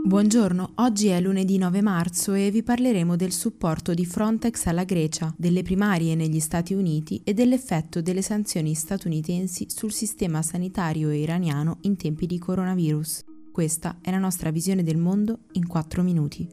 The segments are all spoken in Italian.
Buongiorno, oggi è lunedì 9 marzo e vi parleremo del supporto di Frontex alla Grecia, delle primarie negli Stati Uniti e dell'effetto delle sanzioni statunitensi sul sistema sanitario iraniano in tempi di coronavirus. Questa è la nostra visione del mondo in 4 minuti.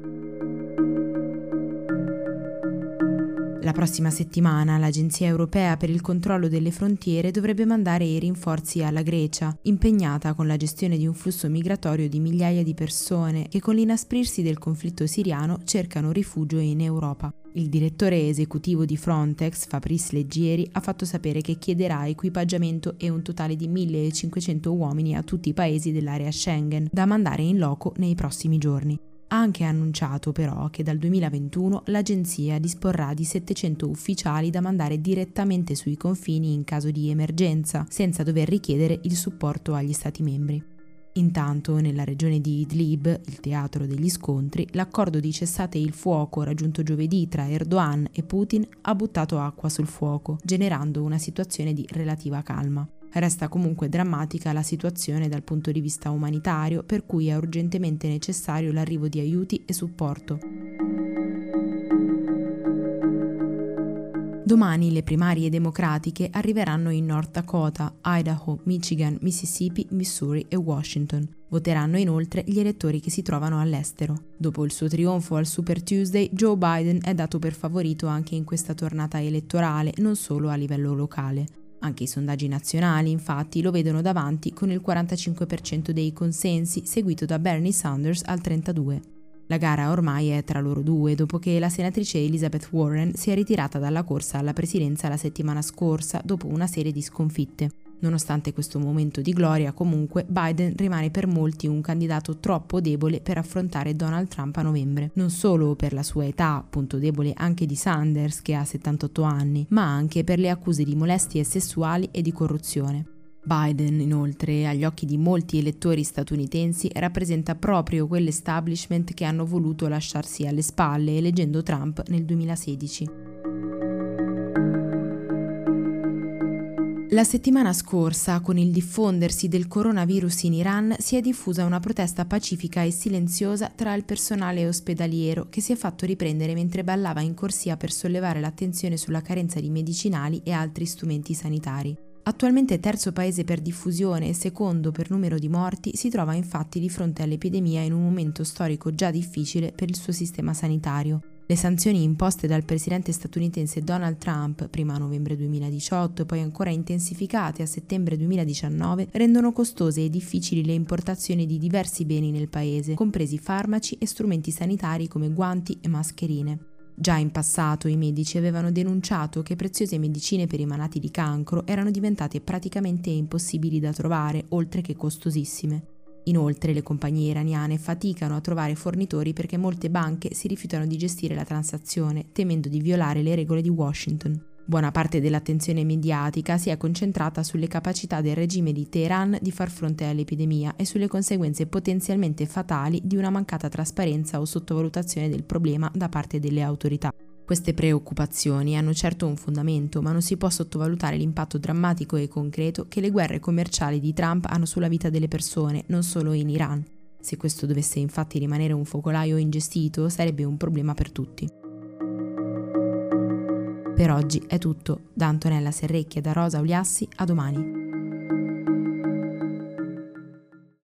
La prossima settimana l'Agenzia Europea per il controllo delle frontiere dovrebbe mandare i rinforzi alla Grecia, impegnata con la gestione di un flusso migratorio di migliaia di persone che con l'inasprirsi del conflitto siriano cercano rifugio in Europa. Il direttore esecutivo di Frontex, Fabrice Leggeri, ha fatto sapere che chiederà equipaggiamento e un totale di 1.500 uomini a tutti i paesi dell'area Schengen, da mandare in loco nei prossimi giorni. Ha anche annunciato però che dal 2021 l'agenzia disporrà di 700 ufficiali da mandare direttamente sui confini in caso di emergenza, senza dover richiedere il supporto agli Stati membri. Intanto, nella regione di Idlib, il teatro degli scontri, l'accordo di cessate il fuoco raggiunto giovedì tra Erdogan e Putin ha buttato acqua sul fuoco, generando una situazione di relativa calma. Resta comunque drammatica la situazione dal punto di vista umanitario, per cui è urgentemente necessario l'arrivo di aiuti e supporto. Domani le primarie democratiche arriveranno in North Dakota, Idaho, Michigan, Mississippi, Missouri e Washington. Voteranno inoltre gli elettori che si trovano all'estero. Dopo il suo trionfo al Super Tuesday, Joe Biden è dato per favorito anche in questa tornata elettorale, non solo a livello locale. Anche i sondaggi nazionali, infatti, lo vedono davanti con il 45% dei consensi, seguito da Bernie Sanders al 32%. La gara ormai è tra loro due, dopo che la senatrice Elizabeth Warren si è ritirata dalla corsa alla presidenza la settimana scorsa dopo una serie di sconfitte. Nonostante questo momento di gloria, comunque, Biden rimane per molti un candidato troppo debole per affrontare Donald Trump a novembre. Non solo per la sua età, punto debole anche di Sanders, che ha 78 anni, ma anche per le accuse di molestie sessuali e di corruzione. Biden, inoltre, agli occhi di molti elettori statunitensi, rappresenta proprio quell'establishment che hanno voluto lasciarsi alle spalle eleggendo Trump nel 2016. La settimana scorsa, con il diffondersi del coronavirus in Iran, si è diffusa una protesta pacifica e silenziosa tra il personale ospedaliero che si è fatto riprendere mentre ballava in corsia per sollevare l'attenzione sulla carenza di medicinali e altri strumenti sanitari. Attualmente terzo paese per diffusione e secondo per numero di morti, si trova infatti di fronte all'epidemia in un momento storico già difficile per il suo sistema sanitario. Le sanzioni imposte dal presidente statunitense Donald Trump, prima a novembre 2018 e poi ancora intensificate a settembre 2019, rendono costose e difficili le importazioni di diversi beni nel paese, compresi farmaci e strumenti sanitari come guanti e mascherine. Già in passato i medici avevano denunciato che preziose medicine per i malati di cancro erano diventate praticamente impossibili da trovare, oltre che costosissime. Inoltre le compagnie iraniane faticano a trovare fornitori perché molte banche si rifiutano di gestire la transazione, temendo di violare le regole di Washington. Buona parte dell'attenzione mediatica si è concentrata sulle capacità del regime di Teheran di far fronte all'epidemia e sulle conseguenze potenzialmente fatali di una mancata trasparenza o sottovalutazione del problema da parte delle autorità. Queste preoccupazioni hanno certo un fondamento, ma non si può sottovalutare l'impatto drammatico e concreto che le guerre commerciali di Trump hanno sulla vita delle persone, non solo in Iran. Se questo dovesse infatti rimanere un focolaio ingestito, sarebbe un problema per tutti. Per oggi è tutto. Da Antonella Serrecchia e da Rosa Uliassi, a domani.